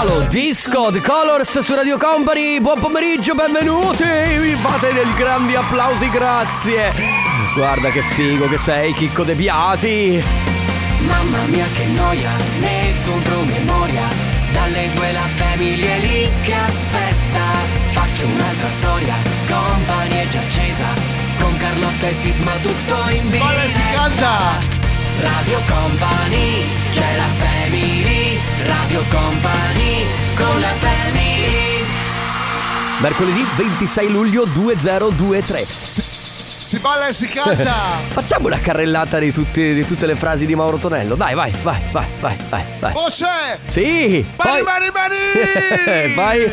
Italo Disco The Colors su Radio Company. Buon pomeriggio, benvenuti. Vi fate dei grandi applausi, grazie. Guarda che figo che sei, Chicco De Biasi. Mamma mia che noia, metto un promemoria. Dalle 2 la famiglia è lì che aspetta. Faccio un'altra storia, Company è già accesa. Con Carlotta e Sisma tutto in vita. Quale si canta? Radio Company, c'è la family. Radio Company, con la family. Mercoledì 26 luglio 2023. Si balla e si canta. Facciamo una carrellata di tutte le frasi di Mauro Tonello. Dai, vai. Voce. Sì. Mani. Vai.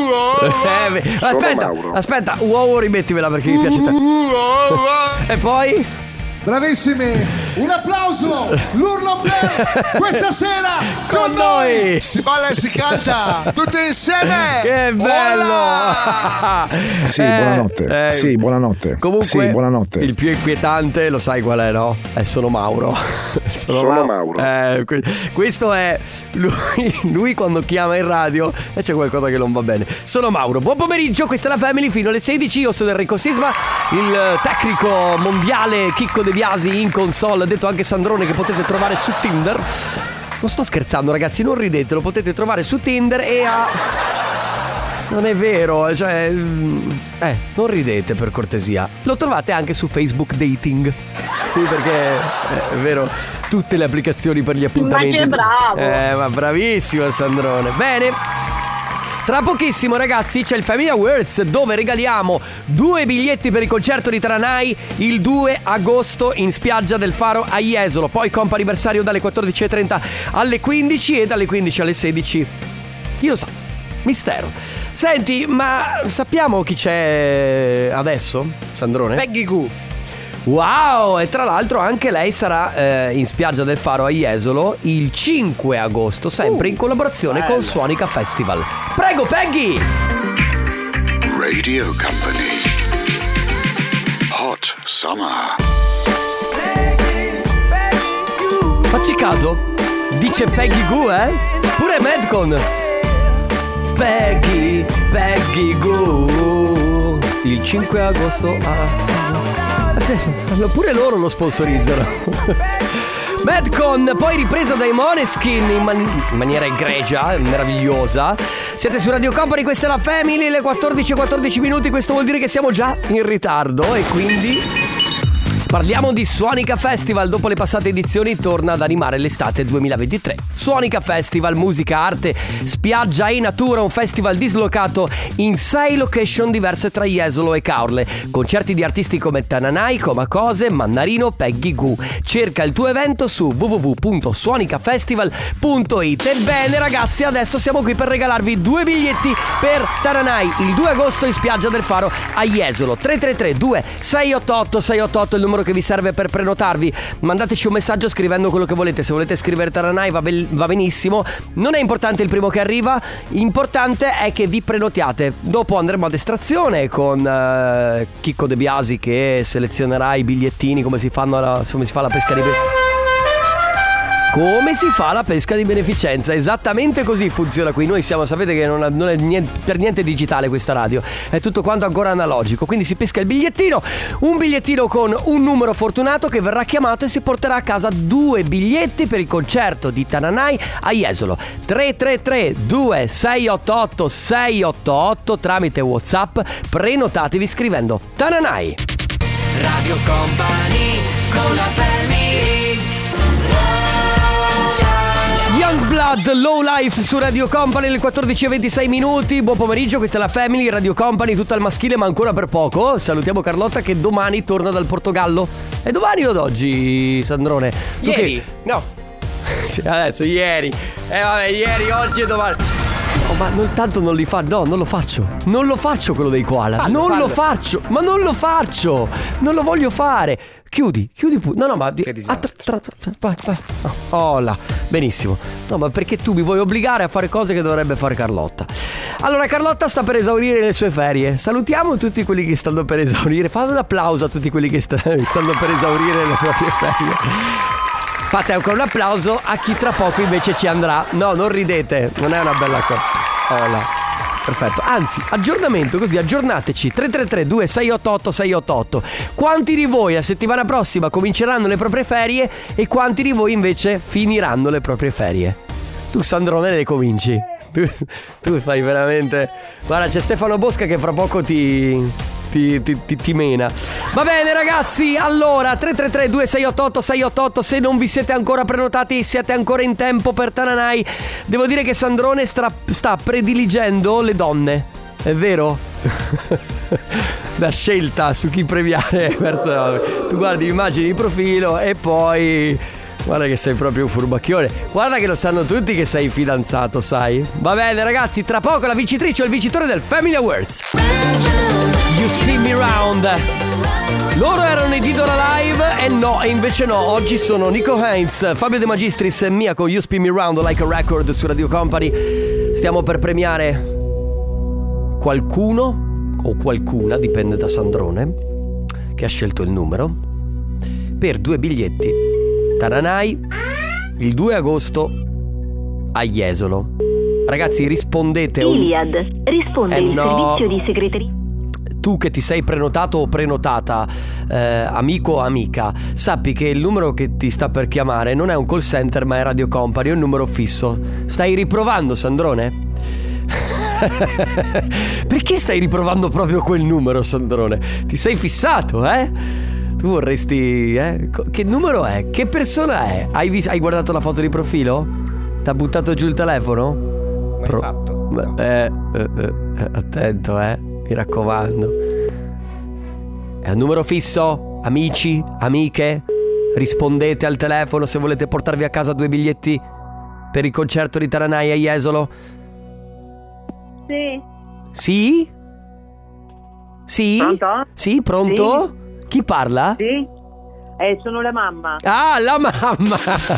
Aspetta, uovo rimettimela perché mi piace tanto. E poi? Bravissimi, un applauso, l'urlo per questa sera con noi. Si balla e si canta tutti insieme. Che bello. Sì, buonanotte. Sì, buonanotte. Comunque, sì, buonanotte. Il più inquietante, lo sai qual è, no? Sono Mauro. Sono Mauro. Questo è lui quando chiama in radio e c'è qualcosa che non va bene. Sono Mauro. Buon pomeriggio, questa è la Family fino alle 16. Io sono Enrico Sisma, il tecnico mondiale Chicco De Biasi in console, detto anche Sandrone, che potete trovare su Tinder. Non sto scherzando, ragazzi, non ridete, lo potete trovare su Tinder e non è vero, cioè non ridete per cortesia. Lo trovate anche su Facebook Dating. Sì, perché è vero, tutte le applicazioni per gli appuntamenti. Ma che bravo! Ma bravissimo Sandrone. Bene. Tra pochissimo, ragazzi, c'è il Family Awards, dove regaliamo 2 biglietti per il concerto di Tananai il 2 agosto in spiaggia del Faro a Jesolo. Poi comp anniversario dalle 14.30 alle 15 e dalle 15 alle 16. Chi lo sa? Mistero. Senti, ma sappiamo chi c'è adesso, Sandrone? Peggy Goo. Wow, e tra l'altro anche lei sarà in spiaggia del Faro a Jesolo il 5 agosto, sempre in collaborazione con Suonica Festival. Prego, Peggy! Radio Company. Hot Summer. Facci caso, dice Peggy Goo, Pure Madcon. Peggy Goo. Il 5 agosto pure loro lo sponsorizzano. Madcon, poi ripresa dai Måneskin in maniera egregia, meravigliosa. Siete su Radio Company, questa è la Family, le 14:14 minuti. Questo vuol dire che siamo già in ritardo e quindi parliamo di Suonica Festival. Dopo le passate edizioni torna ad animare l'estate 2023. Suonica Festival, musica, arte, spiaggia e natura. Un festival dislocato in 6 location diverse tra Jesolo e Caorle. Concerti di artisti come Tananai, Comacose, Mannarino, Peggy Goo. Cerca il tuo evento su www.suonicafestival.it. Ebbene ragazzi, adesso siamo qui per regalarvi 2 biglietti per Tananai il 2 agosto in spiaggia del Faro a Jesolo. 333 2688 688 il numero che vi serve per prenotarvi. Mandateci un messaggio scrivendo quello che volete. Se volete scrivere Tananai va benissimo. Non è importante il primo che arriva, importante è che vi prenotiate. Dopo andremo ad estrazione con Chicco De Biasi che selezionerà i bigliettini. Come si fa la pesca di Come si fa la pesca di beneficenza? Esattamente così funziona qui. Noi sapete che non è per niente digitale questa radio, è tutto quanto ancora analogico. Quindi si pesca il bigliettino, un bigliettino con un numero fortunato che verrà chiamato e si porterà a casa 2 biglietti per il concerto di Tananai a Jesolo. 333 2688 688 tramite WhatsApp. Prenotatevi scrivendo Tananai. Radio Company, con la family. Youngblood, Low Life su Radio Company, le 14:26 minuti. Buon pomeriggio, questa è la Family, Radio Company, tutta al maschile ma ancora per poco. Salutiamo Carlotta che domani torna dal Portogallo. È domani o ad oggi, Sandrone? Ieri, no. Sì, adesso, ieri. Ieri, oggi e domani. Oh, ma tanto non li fa. No, non lo faccio. Non lo faccio quello dei koala. Lo faccio. Ma non lo faccio. Non lo voglio fare. Chiudi pure. No, ma che disastro. Vai. Oh là, benissimo. No, ma perché tu mi vuoi obbligare a fare cose che dovrebbe fare Carlotta. Allora, Carlotta sta per esaurire le sue ferie. Salutiamo tutti quelli che stanno per esaurire. Fate un applauso a tutti quelli che stanno per esaurire le proprie ferie. Fate ancora un applauso a chi tra poco invece ci andrà. No, non ridete, non è una bella cosa. Oh là. Perfetto, anzi, aggiornamento così, aggiornateci 333-2688-688. Quanti di voi la settimana prossima cominceranno le proprie ferie e quanti di voi invece finiranno le proprie ferie? Tu Sandrone le cominci. Tu fai veramente... Guarda, c'è Stefano Bosca che fra poco ti mena. Va bene ragazzi, allora 333-2688-688. Se non vi siete ancora prenotati, siete ancora in tempo per Tananai. Devo dire che Sandrone sta prediligendo le donne, è vero? La scelta su chi premiare verso... Tu guardi, immagini il profilo e poi... Guarda che sei proprio un furbacchione. Guarda che lo sanno tutti che sei fidanzato, sai? Va bene ragazzi, tra poco la vincitrice o il vincitore del Family Awards. You Spin Me Round. Loro erano i Didola Live e invece no. Oggi sono Nico Heinz, Fabio De Magistris e Mia con You Spin Me Round Like a Record su Radio Company. Stiamo per premiare qualcuno o qualcuna, dipende da Sandrone, che ha scelto il numero, per 2 biglietti Tananai il 2 agosto a Jesolo. Ragazzi, rispondete. Iliad risponde il servizio di segreteria. Tu che ti sei prenotato o prenotata, amico o amica, sappi che il numero che ti sta per chiamare non è un call center ma è Radio Company, è un numero fisso. Stai riprovando, Sandrone? Perché stai riprovando proprio quel numero, Sandrone? Ti sei fissato, Tu vorresti... Che numero è? Che persona è? Hai guardato la foto di profilo? T'ha buttato giù il telefono? L'hai fatto? No. Attento, mi raccomando. È un numero fisso? Amici, amiche, rispondete al telefono se volete portarvi a casa 2 biglietti per il concerto di Tananai a Jesolo. Sì. Sì? Sì? Pronto? Sì, pronto? Sì. Chi parla? Sì, sono la mamma. Ah, la mamma.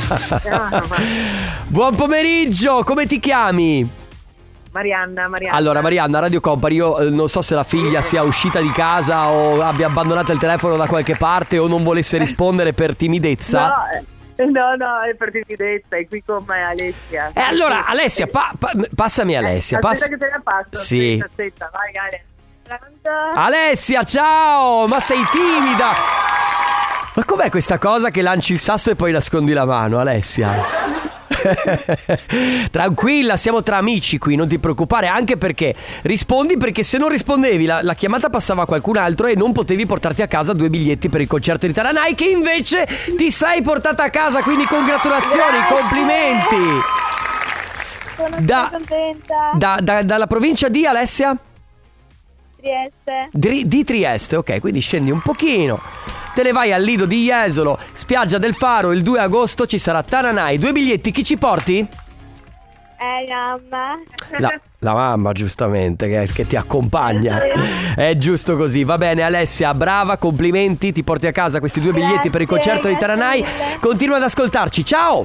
Buon pomeriggio, come ti chiami? Marianna. Allora Marianna, Radio Company, io non so se la figlia sia uscita di casa o abbia abbandonato il telefono da qualche parte o non volesse rispondere per timidezza. No, è per timidezza, è qui con me Alessia. Allora Alessia, passami Alessia. Aspetta che te la passo. Sì. Aspetta, vai Ale. Alessia, ciao! Ma sei timida! Ma com'è questa cosa che lanci il sasso e poi nascondi la mano, Alessia? Tranquilla, siamo tra amici qui, non ti preoccupare, anche perché rispondi, perché se non rispondevi la chiamata passava a qualcun altro e non potevi portarti a casa 2 biglietti per il concerto di Tananai, che invece ti sei portata a casa, quindi congratulazioni, complimenti. Sono contenta. Dalla provincia di Alessia? Trieste. Di Trieste, ok, quindi scendi un pochino, te ne vai al Lido di Jesolo, spiaggia del Faro, il 2 agosto ci sarà Tananai. 2 biglietti, chi ci porti? Mamma. La mamma, giustamente, che ti accompagna. È giusto così, va bene Alessia, brava, complimenti, ti porti a casa questi 2 biglietti per il concerto di Tananai. Continua ad ascoltarci, ciao!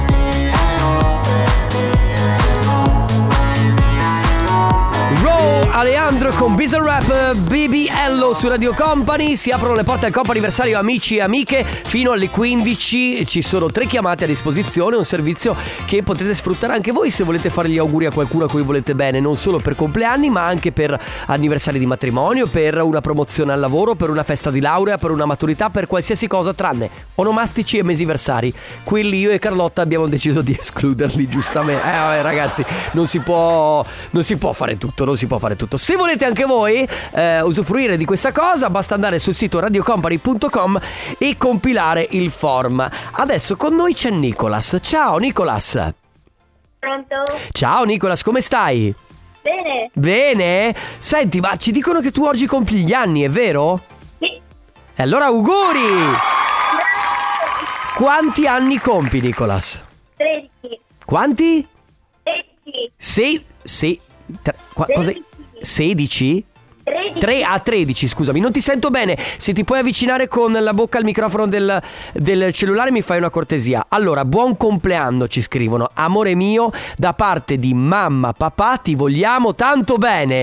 Alejandro con Bizarrap, BBL su Radio Company. Si aprono le porte al Coppa Anniversario, amici e amiche, fino alle 15. Ci sono 3 chiamate a disposizione, un servizio che potete sfruttare anche voi se volete fare gli auguri a qualcuno a cui volete bene, non solo per compleanni ma anche per anniversari di matrimonio, per una promozione al lavoro, per una festa di laurea, per una maturità, per qualsiasi cosa tranne onomastici e mesiversari. Quelli io e Carlotta abbiamo deciso di escluderli, giustamente. Vabbè, ragazzi, non si può fare tutto, non si può fare tutto. Se volete anche voi usufruire di questa cosa, basta andare sul sito radiocompany.com e compilare il form. Adesso con noi c'è Nicolas. Ciao Nicolas. Pronto? Ciao Nicolas, come stai? Bene. Bene? Senti, ma ci dicono che tu oggi compi gli anni, è vero? Sì. E allora auguri! Quanti anni compi, Nicolas? 13. Quanti? 13. 16? 13, scusami, non ti sento bene. Se ti puoi avvicinare con la bocca al microfono del cellulare mi fai una cortesia. Allora, buon compleanno ci scrivono. Amore mio, da parte di mamma, papà, ti vogliamo tanto bene.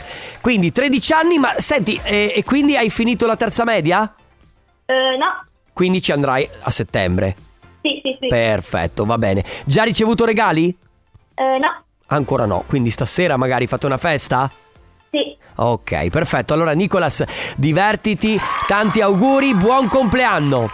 Quindi 13 anni, ma senti, e quindi hai finito la terza media? No. quindi ci andrai a settembre. Sì. Perfetto, va bene. Già ricevuto regali? No. Ancora no, quindi stasera magari fate una festa? Sì. Ok, perfetto. Allora Nicolas, divertiti, tanti auguri, buon compleanno.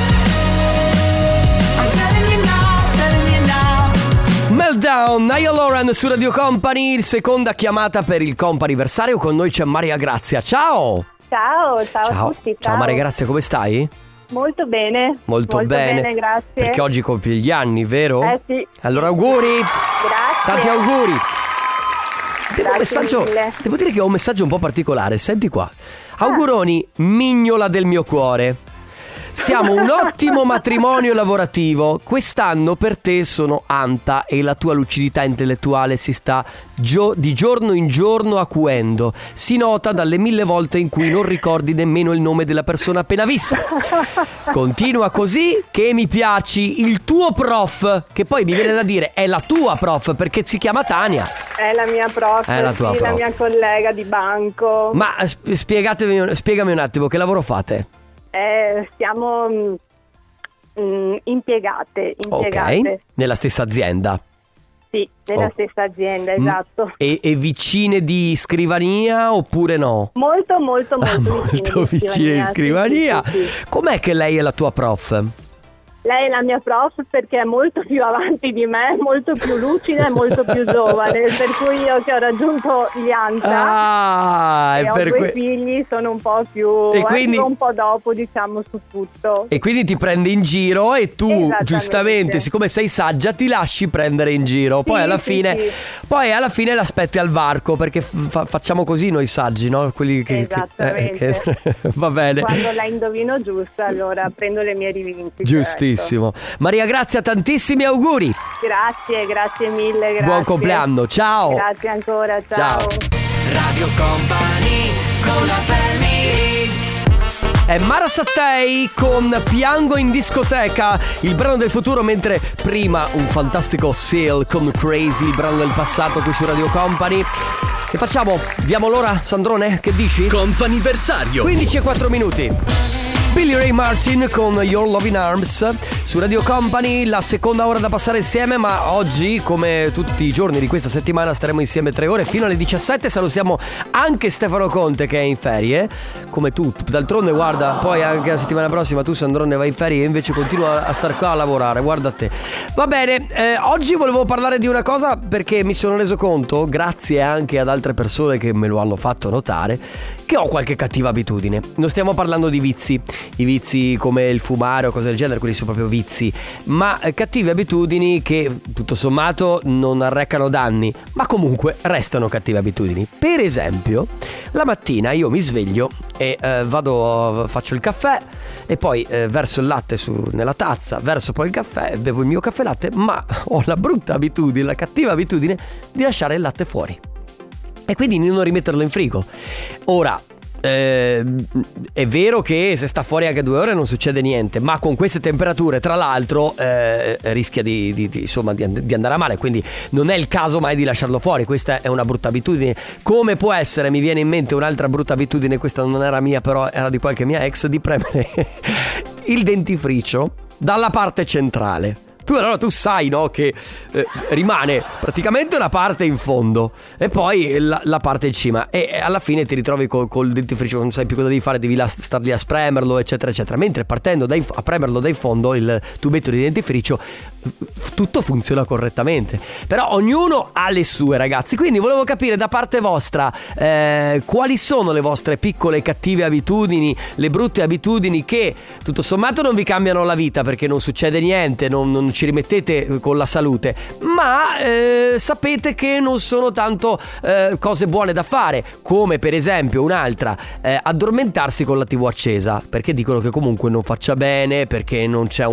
Meltdown, Niall Horan su Radio Company, seconda chiamata per il comp'anniversario. Con noi c'è Maria Grazia. Ciao Ciao a tutti. Ciao Maria Grazia, come stai? Molto bene. Molto bene, grazie. Perché oggi compi gli anni, vero? Sì. Allora auguri. Grazie. Tanti auguri. Mille. Devo dire che ho un messaggio un po' particolare. Senti qua. Auguroni, mignola del mio cuore. Siamo un ottimo matrimonio lavorativo. Quest'anno per te sono anta e la tua lucidità intellettuale si sta di giorno in giorno acuendo. Si nota dalle 1000 volte in cui non ricordi nemmeno il nome della persona appena vista. Continua così che mi piaci. Il tuo prof, che poi mi viene da dire è la tua prof perché si chiama Tania. È la mia prof, è la tua prof. La mia collega di banco. Ma spiegami un attimo, che lavoro fate? Siamo impiegate. Ok, nella stessa azienda. Sì, nella stessa azienda, esatto. E vicine di scrivania oppure no? Molto vicine di scrivania. Sì. Com'è che lei è la tua prof? Lei è la mia prof perché è molto più avanti di me, molto più lucida e molto più giovane, per cui io che ho raggiunto gli ANSA e ho due figli sono un po' più e quindi un po' dopo, diciamo, su tutto. E quindi ti prendi in giro e tu giustamente, siccome sei saggia, ti lasci prendere in giro. Poi alla fine l'aspetti al varco, perché facciamo così noi saggi, no? Quelli Esattamente. Va bene. Quando la indovino giusta, allora prendo le mie rivinci. Giusti. Maria Grazia, tantissimi auguri. Grazie mille, grazie. Buon compleanno, ciao. Grazie ancora, ciao. Radio Company con la family. È Mara Sattei con Piango in discoteca, il brano del futuro, mentre prima un fantastico Seal con Crazy, il brano del passato qui su Radio Company. Che facciamo? Diamo l'ora, Sandrone? Che dici? Comp'anniversario. 15:04 minuti. Billy Ray Martin con Your Love in Arms su Radio Company, la seconda ora da passare insieme, ma oggi, come tutti i giorni di questa settimana, staremo insieme 3 ore fino alle 17. Salutiamo anche Stefano Conte che è in ferie, come tu. D'altronde guarda, poi anche la settimana prossima tu, Sandrone, vai in ferie e invece continua a star qua a lavorare, guarda te. Va bene, oggi volevo parlare di una cosa perché mi sono reso conto, grazie anche ad altre persone che me lo hanno fatto notare, che ho qualche cattiva abitudine. Non stiamo parlando di vizi, i vizi come il fumare o cose del genere, quelli sono proprio vizi, ma cattive abitudini che tutto sommato non arrecano danni, ma comunque restano cattive abitudini. Per esempio, la mattina io mi sveglio e faccio il caffè e poi verso il latte nella tazza, verso poi il caffè, bevo il mio caffè latte, ma ho la brutta abitudine, la cattiva abitudine di lasciare il latte fuori e quindi di non rimetterlo in frigo. Ora, è vero che se sta fuori anche 2 ore non succede niente, ma con queste temperature tra l'altro rischia di andare a male, quindi non è il caso mai di lasciarlo fuori. Questa è una brutta abitudine. Come può essere, mi viene in mente un'altra brutta abitudine, questa non era mia però era di qualche mia ex, di premere il dentifricio dalla parte centrale. Tu sai, no, che rimane praticamente una parte in fondo e poi la parte in cima, e alla fine ti ritrovi col dentifricio, non sai più cosa devi fare, devi star lì a spremerlo, eccetera eccetera. Mentre partendo a premerlo dai fondo, il tubetto di dentifricio, tutto funziona correttamente. Però ognuno ha le sue, ragazzi, quindi volevo capire da parte vostra quali sono le vostre piccole e cattive abitudini, le brutte abitudini che tutto sommato non vi cambiano la vita perché non succede niente, non ci rimettete con la salute, ma sapete che non sono tanto cose buone da fare, come per esempio un'altra, addormentarsi con la TV accesa, perché dicono che comunque non faccia bene, perché non c'è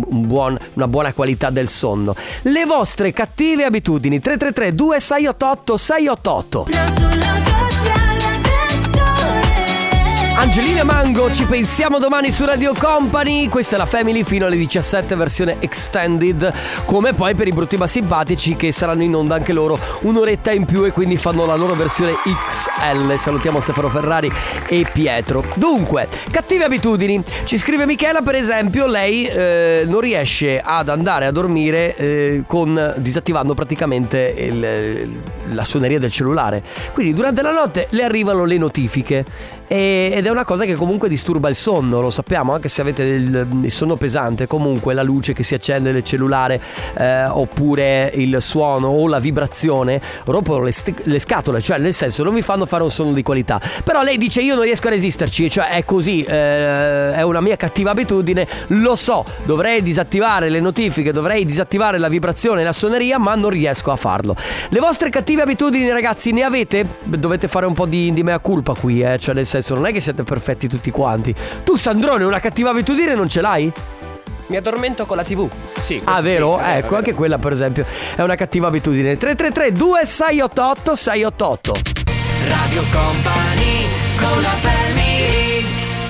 una buona qualità del sonno. Le vostre cattive abitudini. 333 2688 688. Angelina Mango, ci pensiamo domani su Radio Company. Questa è la Family fino alle 17, versione extended. Come poi per i brutti ma simpatici, che saranno in onda anche loro un'oretta in più e quindi fanno la loro versione XL. Salutiamo Stefano Ferrari e Pietro. Dunque, cattive abitudini. Ci scrive Michela, per esempio. Lei non riesce ad andare a dormire disattivando praticamente la suoneria del cellulare. Quindi durante la notte le arrivano le notifiche ed è una cosa che comunque disturba il sonno, lo sappiamo, anche se avete il sonno pesante. Comunque la luce che si accende nel cellulare oppure il suono o la vibrazione rompono le scatole, cioè nel senso non vi fanno fare un sonno di qualità. Però lei dice io non riesco a resisterci, cioè è così, è una mia cattiva abitudine, lo so, dovrei disattivare le notifiche, dovrei disattivare la vibrazione e la suoneria, ma non riesco a farlo. Le vostre cattive abitudini, ragazzi, ne avete? Dovete fare un po' di mea culpa qui, cioè nel senso non è che siete perfetti tutti quanti. Tu, Sandrone, una cattiva abitudine non ce l'hai? Mi addormento con la TV. Sì. Ah, vero? Sì, ecco, anche quella per esempio è una cattiva abitudine. 333-2688-688. Radio Company con la Family.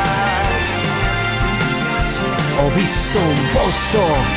Ho visto un posto.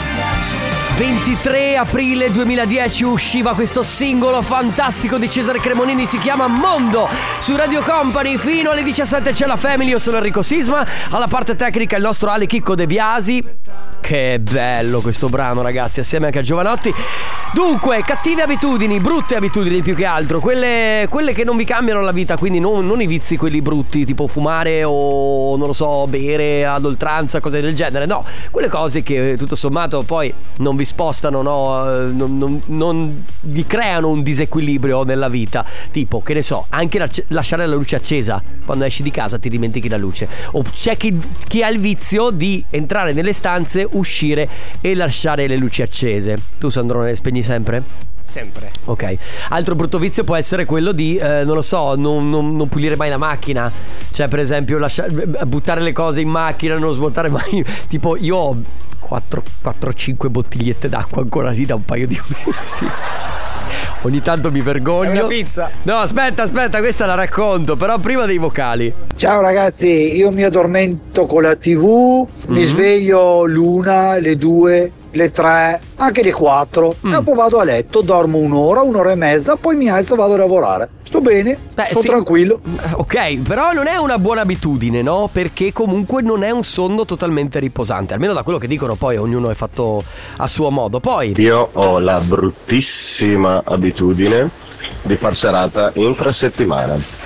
23 aprile 2010 usciva questo singolo fantastico di Cesare Cremonini, si chiama Mondo, su Radio Company fino alle 17 c'è la Family. Io sono Enrico Sisma, alla parte tecnica il nostro Ale Chicco De Biasi. Che bello questo brano, ragazzi, assieme anche a Giovanotti. Dunque, cattive abitudini, brutte abitudini più che altro, quelle che non vi cambiano la vita, quindi non i vizi quelli brutti, tipo fumare o non lo so, bere ad oltranza, cose del genere, no, quelle cose che tutto sommato poi non vi spostano, no, non vi creano un disequilibrio nella vita, tipo, che ne so, anche lasciare la luce accesa quando esci di casa, ti dimentichi la luce, o c'è chi ha il vizio di entrare nelle stanze, uscire e lasciare le luci accese. Tu, Sandrone, spegni sempre? Sempre. Ok. Altro brutto vizio può essere quello di non lo so, non pulire mai la macchina. Cioè, per esempio, buttare le cose in macchina, non svuotare mai. Tipo, io ho 4-5 bottigliette d'acqua ancora lì da un paio di mesi. Ogni tanto mi vergogno. È una pizza. No, aspetta, questa la racconto, però prima dei vocali. Ciao ragazzi, io mi addormento con la TV, mi sveglio l'1, le 2, le 3, anche le 4, dopo vado a letto, dormo un'ora e mezza, poi mi alzo e vado a lavorare. Sto bene, sto tranquillo. Ok, però non è una buona abitudine, no? Perché comunque non è un sonno totalmente riposante, almeno da quello che dicono, poi ognuno è fatto a suo modo. Poi io ho la bruttissima abitudine di far serata infrasettimana.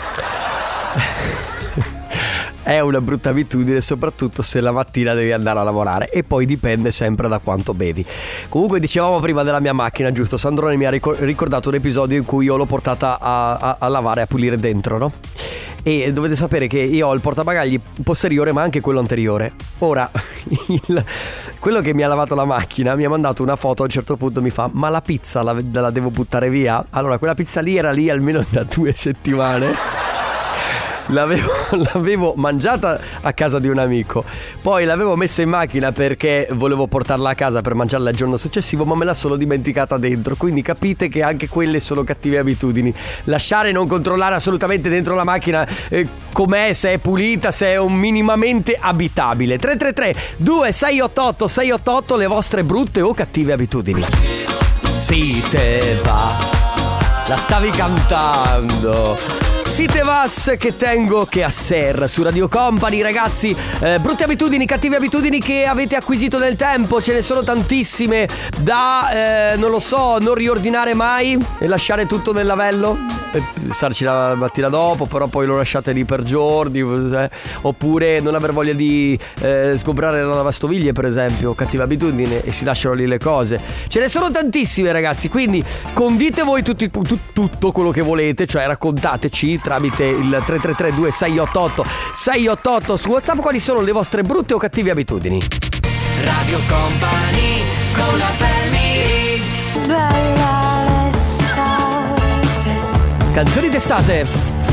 È una brutta abitudine, soprattutto se la mattina devi andare a lavorare, e poi dipende sempre da quanto bevi. Comunque dicevamo prima della mia macchina, giusto? Sandrone mi ha ricordato un episodio in cui io l'ho portata a lavare, a pulire dentro, no? E dovete sapere che io ho il portabagagli posteriore ma anche quello anteriore. Ora quello che mi ha lavato la macchina mi ha mandato una foto, a un certo punto mi fa: ma la pizza la devo buttare via? Allora, quella pizza lì era lì almeno da 2 settimane. L'avevo mangiata a casa di un amico, poi l'avevo messa in macchina perché volevo portarla a casa per mangiarla il giorno successivo, ma me la sono dimenticata dentro. Quindi capite che anche quelle sono cattive abitudini. Lasciare e non controllare assolutamente dentro la macchina com'è, se è pulita, se è un minimamente abitabile. 333-2688-688 le vostre brutte o cattive abitudini. Si te va, la stavi cantando. Si te vas che tengo che a ser su Radio Company, ragazzi. Brutte abitudini, cattive abitudini che avete acquisito nel tempo, ce ne sono tantissime. Da non lo so, non riordinare mai e lasciare tutto nel lavello e starci la mattina dopo, però poi lo lasciate lì per giorni, oppure non aver voglia di sgombrare la lavastoviglie, per esempio, cattiva abitudine, e si lasciano lì le cose. Ce ne sono tantissime, ragazzi, quindi condite voi tutto quello che volete, cioè raccontateci tramite il 333-2688-688 su WhatsApp quali sono le vostre brutte o cattive abitudini. Radio Company con la Family. Bella l'estate. Canzoni d'estate.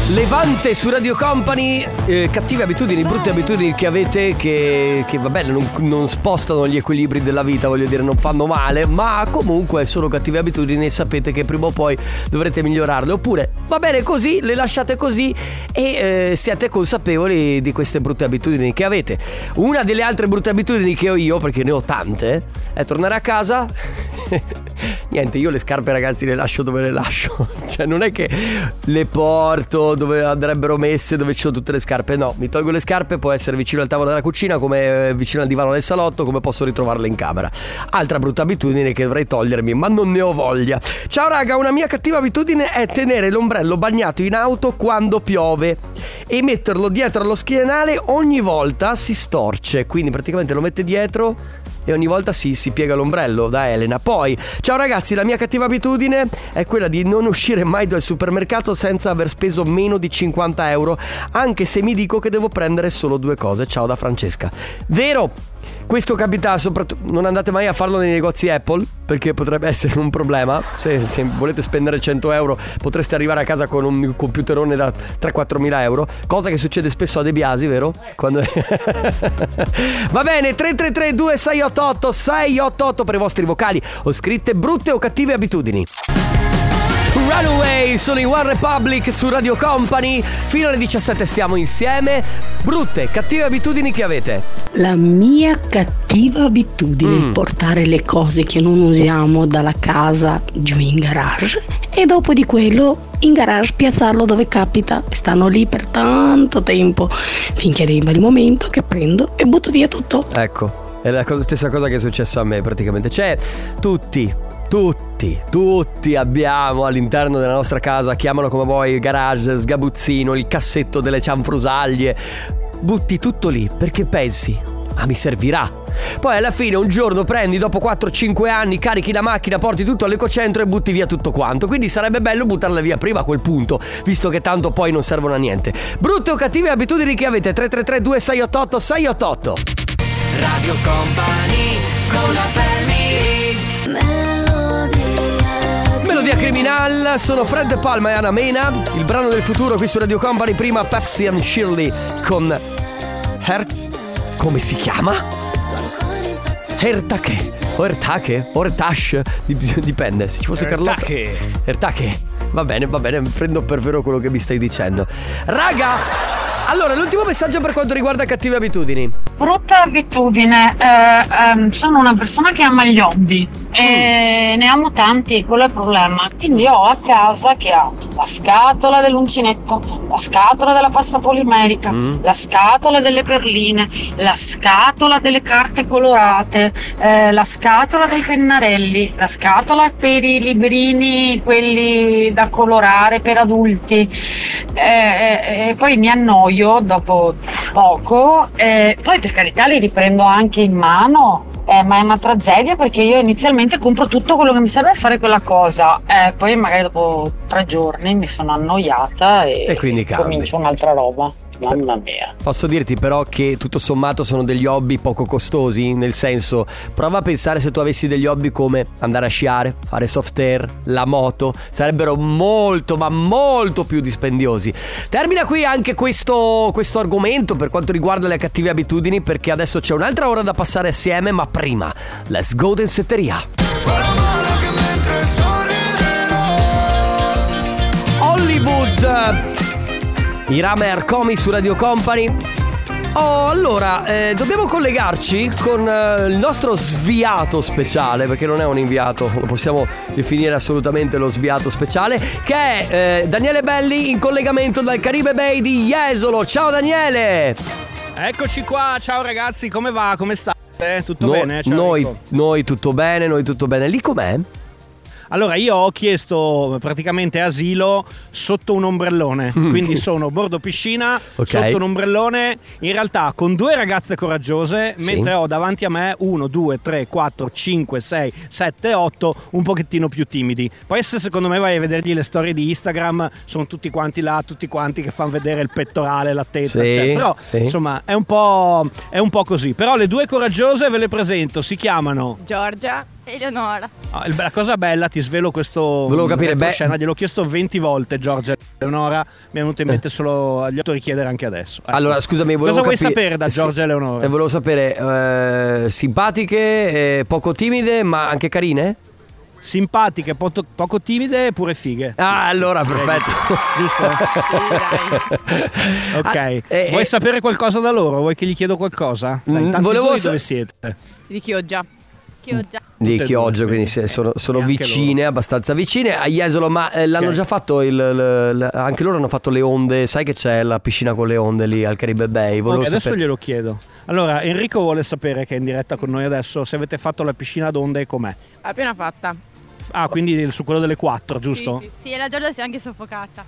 Levante su Radio Company. Cattive abitudini, brutte abitudini che avete, che vabbè non spostano gli equilibri della vita, voglio dire, non fanno male, ma comunque sono cattive abitudini e sapete che prima o poi dovrete migliorarle. Oppure va bene così, le lasciate così e siete consapevoli di queste brutte abitudini che avete. Una delle altre brutte abitudini che ho io, perché ne ho tante, è tornare a casa. Niente, io le scarpe, ragazzi, le lascio dove le lascio. Cioè non è che le porto dove andrebbero messe, dove ci sono tutte le scarpe. No, mi tolgo le scarpe, può essere vicino al tavolo della cucina, come vicino al divano del salotto, come posso ritrovarle in camera. Altra brutta abitudine che dovrei togliermi, ma non ne ho voglia. Ciao raga, una mia cattiva abitudine è tenere l'ombrello bagnato in auto quando piove e metterlo dietro allo schienale. Ogni volta si storce, quindi praticamente lo mette dietro e ogni volta si piega l'ombrello. Da Elena. Poi, ciao ragazzi, la mia cattiva abitudine è quella di non uscire mai dal supermercato senza aver speso meno di 50 euro, anche se mi dico che devo prendere solo 2 cose. Ciao da Francesca. Vero, questo capita soprattutto, non andate mai a farlo nei negozi Apple, perché potrebbe essere un problema. Se volete spendere 100 euro potreste arrivare a casa con un computerone da 3-4 mila euro, cosa che succede spesso a De Biasi, vero? Quando... Va bene, 333-2688-688 per i vostri vocali o scritte brutte o cattive abitudini. Runaway sono i One Republic su Radio Company. Fino alle 17 stiamo insieme. Brutte, cattive abitudini che avete? La mia cattiva abitudine è portare le cose che non usiamo dalla casa giù in garage e dopo di quello in garage piazzarlo dove capita e stanno lì per tanto tempo finché arriva il momento che prendo e butto via tutto. Ecco, è la stessa cosa che è successa a me praticamente. Cioè, tutti abbiamo all'interno della nostra casa, chiamalo come vuoi, il garage, sgabuzzino, il cassetto delle cianfrusaglie. Butti tutto lì perché pensi, mi servirà. Poi alla fine un giorno prendi, dopo 4-5 anni, carichi la macchina, porti tutto all'ecocentro e butti via tutto quanto. Quindi sarebbe bello buttarla via prima a quel punto, visto che tanto poi non servono a niente. Brutte o cattive abitudini che avete? 333-2688-688. Radio Company con la family. Melodia Criminal, sono Fred Palma e Anna Mena. Il brano del futuro qui su Radio Company. Prima Pepsi and Shirley con come si chiama? Ertache o Ertache o Ertash, dipende. Se ci fosse Carlotta Ertache. Va bene, prendo per vero quello che mi stai dicendo. Raga, allora, l'ultimo messaggio per quanto riguarda cattive abitudini. Brutta abitudine, sono una persona che ama gli hobby e ne amo tanti, quello è il problema. Quindi ho a casa che ha la scatola dell'uncinetto, la scatola della pasta polimerica, la scatola delle perline, la scatola delle carte colorate, la scatola dei pennarelli, la scatola per i librini, quelli da colorare per adulti, e poi mi annoio dopo poco, poi per carità li riprendo anche in mano, ma è una tragedia perché io inizialmente compro tutto quello che mi serve a fare quella cosa, poi magari dopo 3 giorni mi sono annoiata e quindi comincio un'altra roba. Mamma mia. Posso dirti però che tutto sommato sono degli hobby poco costosi, nel senso, prova a pensare se tu avessi degli hobby come andare a sciare, fare soft air, la moto, sarebbero molto ma molto più dispendiosi. Termina qui anche questo argomento per quanto riguarda le cattive abitudini, perché adesso c'è un'altra ora da passare assieme, ma prima let's go densetteria. Hollywood, Irama e Arcomi su Radio Company. Allora, dobbiamo collegarci con il nostro sviato speciale, perché non è un inviato, lo possiamo definire assolutamente lo sviato speciale, che è Daniele Belli, in collegamento dal Caribe Bay di Jesolo. Ciao Daniele! Eccoci qua, ciao ragazzi, come va? Come state? Tutto bene? Ciao, noi tutto bene, lì com'è? Allora, io ho chiesto praticamente asilo sotto un ombrellone, quindi sono bordo piscina, sotto un ombrellone, in realtà con 2 ragazze coraggiose, mentre ho davanti a me 1, 2, 3, 4, 5, 6, 7, 8 un pochettino più timidi. Poi se secondo me vai a vedergli le storie di Instagram, sono tutti quanti là, tutti quanti che fanno vedere il pettorale, la testa, eccetera. Però insomma è un po' così. Però le 2 coraggiose ve le presento, si chiamano Giorgia Eleonora. La cosa bella, ti svelo questo. Volevo capire, scena, gliel'ho chiesto 20 volte, Giorgia Eleonora. Mi è venuto in mente solo. Gli ho richiedere anche adesso. Allora, scusami, cosa vuoi sapere da Giorgia Eleonora? Volevo sapere, simpatiche, poco timide, ma anche carine? Simpatiche, poco timide, pure fighe. Allora, perfetto. Giusto? Ok. Vuoi sapere qualcosa da loro? Vuoi che gli chiedo qualcosa? Volevo dove siete? Di Chioggia. Di Chioggia, quindi sono vicine, abbastanza vicine a Jesolo, ma l'hanno già fatto anche loro hanno fatto le onde, sai che c'è la piscina con le onde lì al Caribe Bay. Adesso glielo chiedo. Allora, Enrico vuole sapere, che è in diretta con noi adesso, se avete fatto la piscina d'onde e com'è. Appena fatta. Quindi su quello delle 4, giusto? Sì, e la Giorgia si è anche soffocata.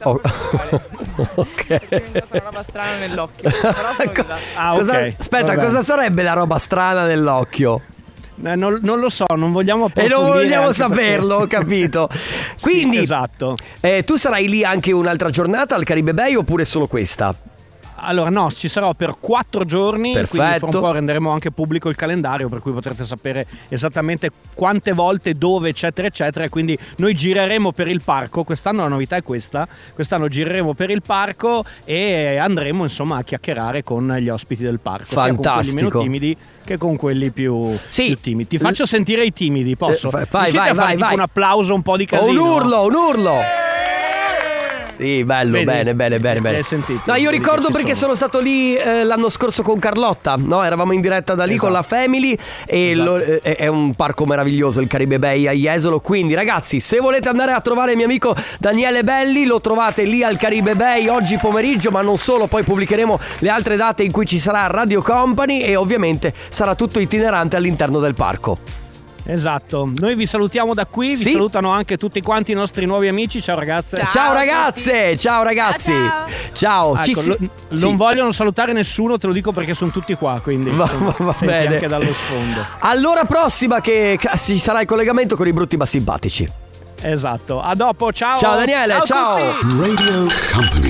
Ok. È diventata una roba strana nell'occhio. Aspetta, cosa sarebbe la roba strana nell'occhio? Non lo so, non vogliamo approfondire. E non vogliamo saperlo, ho capito. Quindi, sì, esatto. Tu sarai lì anche un'altra giornata al Caribe Bay oppure solo questa? Allora no, ci sarò per 4 giorni. Perfetto. Quindi fra un po' renderemo anche pubblico il calendario, per cui potrete sapere esattamente quante volte, dove, eccetera eccetera. Quindi noi gireremo per il parco. Quest'anno la novità è questa: quest'anno gireremo per il parco e andremo insomma a chiacchierare con gli ospiti del parco. Fantastico. Sia con quelli meno timidi che con quelli più timidi. Ti faccio sentire i timidi, posso? Vai. Un applauso, un po' di casino. Un urlo. Sì, bello. Vedi? Bene. Sentito, no, io ricordo perché sono stato lì l'anno scorso con Carlotta, no? Eravamo in diretta da lì con la Family e è un parco meraviglioso il Caribe Bay a Jesolo. Quindi ragazzi, se volete andare a trovare il mio amico Daniele Belli, lo trovate lì al Caribe Bay oggi pomeriggio, ma non solo, poi pubblicheremo le altre date in cui ci sarà Radio Company e ovviamente sarà tutto itinerante all'interno del parco. Esatto, noi vi salutiamo da qui, vi salutano anche tutti quanti i nostri nuovi amici. Ciao ragazze. Ciao ragazze, ciao ragazzi. Ciao. Ecco, non vogliono salutare nessuno, te lo dico perché sono tutti qua, quindi va bene. Anche dallo sfondo. Allora prossima che ci sarà il collegamento con i brutti ma simpatici. Esatto, a dopo, ciao. Ciao Daniele, ciao. Radio Company.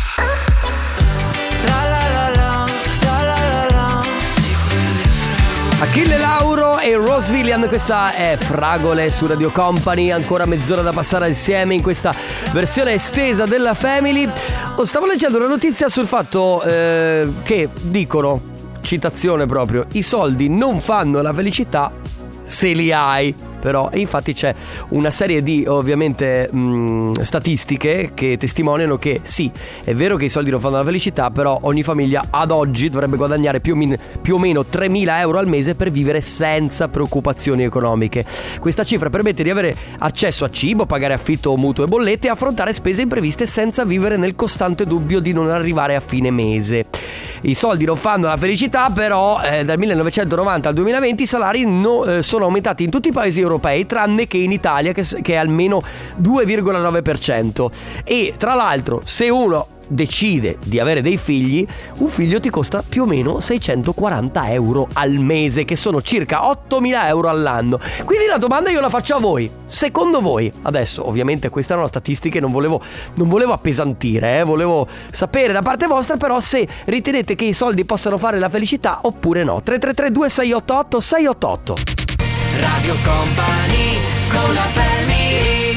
Achille Lauro e Rose Villain, questa è Fragole su Radio Company. Ancora mezz'ora da passare insieme in questa versione estesa della Family. Stavo leggendo una notizia sul fatto che dicono, citazione proprio, i soldi non fanno la felicità se li hai. Però, e infatti c'è una serie di ovviamente statistiche che testimoniano che sì, è vero che i soldi non fanno la felicità, però ogni famiglia ad oggi dovrebbe guadagnare più o meno 3.000 euro al mese per vivere senza preoccupazioni economiche. Questa cifra permette di avere accesso a cibo, pagare affitto, mutuo e bollette e affrontare spese impreviste senza vivere nel costante dubbio di non arrivare a fine mese. I soldi non fanno la felicità, però dal 1990 al 2020 i salari sono aumentati in tutti i paesi europei, tranne che in Italia, che è almeno 2,9%. E tra l'altro, se uno decide di avere dei figli, un figlio ti costa più o meno 640 euro al mese, che sono circa 8.000 euro all'anno. Quindi la domanda io la faccio a voi: secondo voi, adesso ovviamente queste erano statistiche, non volevo appesantire, volevo sapere da parte vostra però se ritenete che i soldi possano fare la felicità oppure no. 333 2688 688. Radio Company con la Family.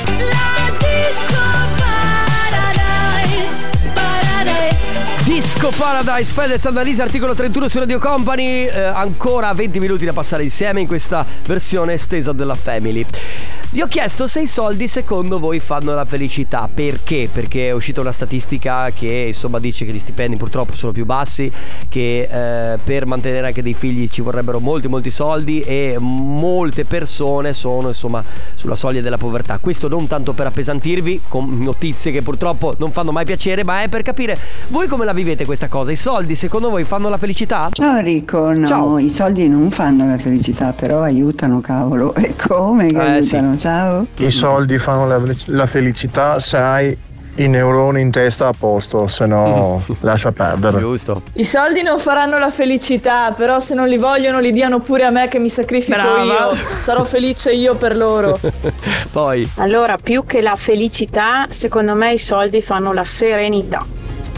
Disco Paradise, Fedez, Annalisa, articolo 31 su Radio Company. Ancora 20 minuti da passare insieme in questa versione estesa della Family. Vi ho chiesto se i soldi secondo voi fanno la felicità. Perché? Perché è uscita una statistica che insomma dice che gli stipendi purtroppo sono più bassi, che per mantenere anche dei figli ci vorrebbero molti soldi e molte persone sono insomma sulla soglia della povertà. Questo non tanto per appesantirvi con notizie che purtroppo non fanno mai piacere, ma è per capire voi come la vivete questa cosa. I soldi secondo voi fanno la felicità? Ciao Enrico, no, ciao. I soldi non fanno la felicità, però aiutano, cavolo. E come che aiutano? Sì. Ciao. I soldi fanno la felicità se hai i neuroni in testa a posto, se no lascia perdere. Giusto. I soldi non faranno la felicità, però se non li vogliono li diano pure a me che mi sacrifico. Brava. Io sarò felice io per loro. Poi allora, più che la felicità, secondo me i soldi fanno la serenità.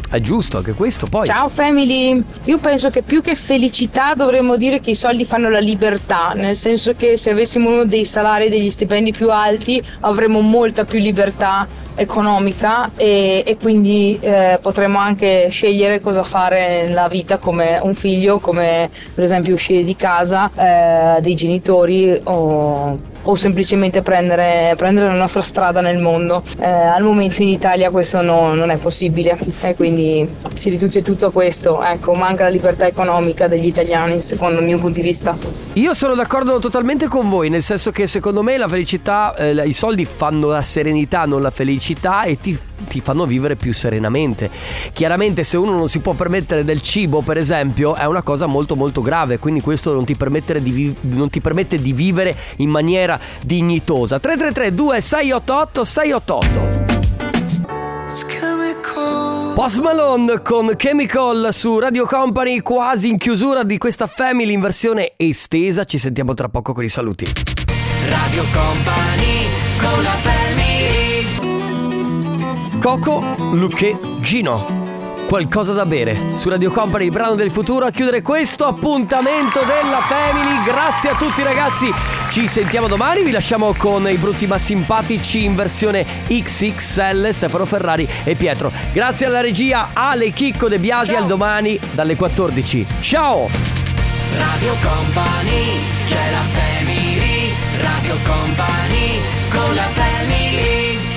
È giusto anche questo. Poi ciao family, io penso che più che felicità dovremmo dire che i soldi fanno la libertà, nel senso che se avessimo dei salari e degli stipendi più alti avremmo molta più libertà economica e quindi potremmo anche scegliere cosa fare nella vita, come un figlio, come per esempio uscire di casa dei genitori o semplicemente prendere la nostra strada nel mondo. Al momento in Italia questo non è possibile e quindi si riduce tutto a questo. Ecco, manca la libertà economica degli italiani, secondo il mio punto di vista. Io sono d'accordo totalmente con voi, nel senso che secondo me la felicità, i soldi fanno la serenità, non la felicità, e ti fanno vivere più serenamente. Chiaramente se uno non si può permettere del cibo, per esempio, è una cosa molto molto grave, quindi questo non ti permette di vivere in maniera dignitosa. 333-2688-688. Post Malone con Chemical su Radio Company, quasi in chiusura di questa Family in versione estesa. Ci sentiamo tra poco con i saluti. Radio Company con la Family. Coco, Luque, Gino. Qualcosa da bere su Radio Company, il brano del futuro, a chiudere questo appuntamento della Family. Grazie a tutti ragazzi, ci sentiamo domani. Vi lasciamo con i brutti ma simpatici in versione XXL, Stefano Ferrari e Pietro. Grazie alla regia Ale Chicco De Biasi. Ciao. Al domani dalle 14. Ciao. Radio Company, c'è la Family. Radio Company con la Family.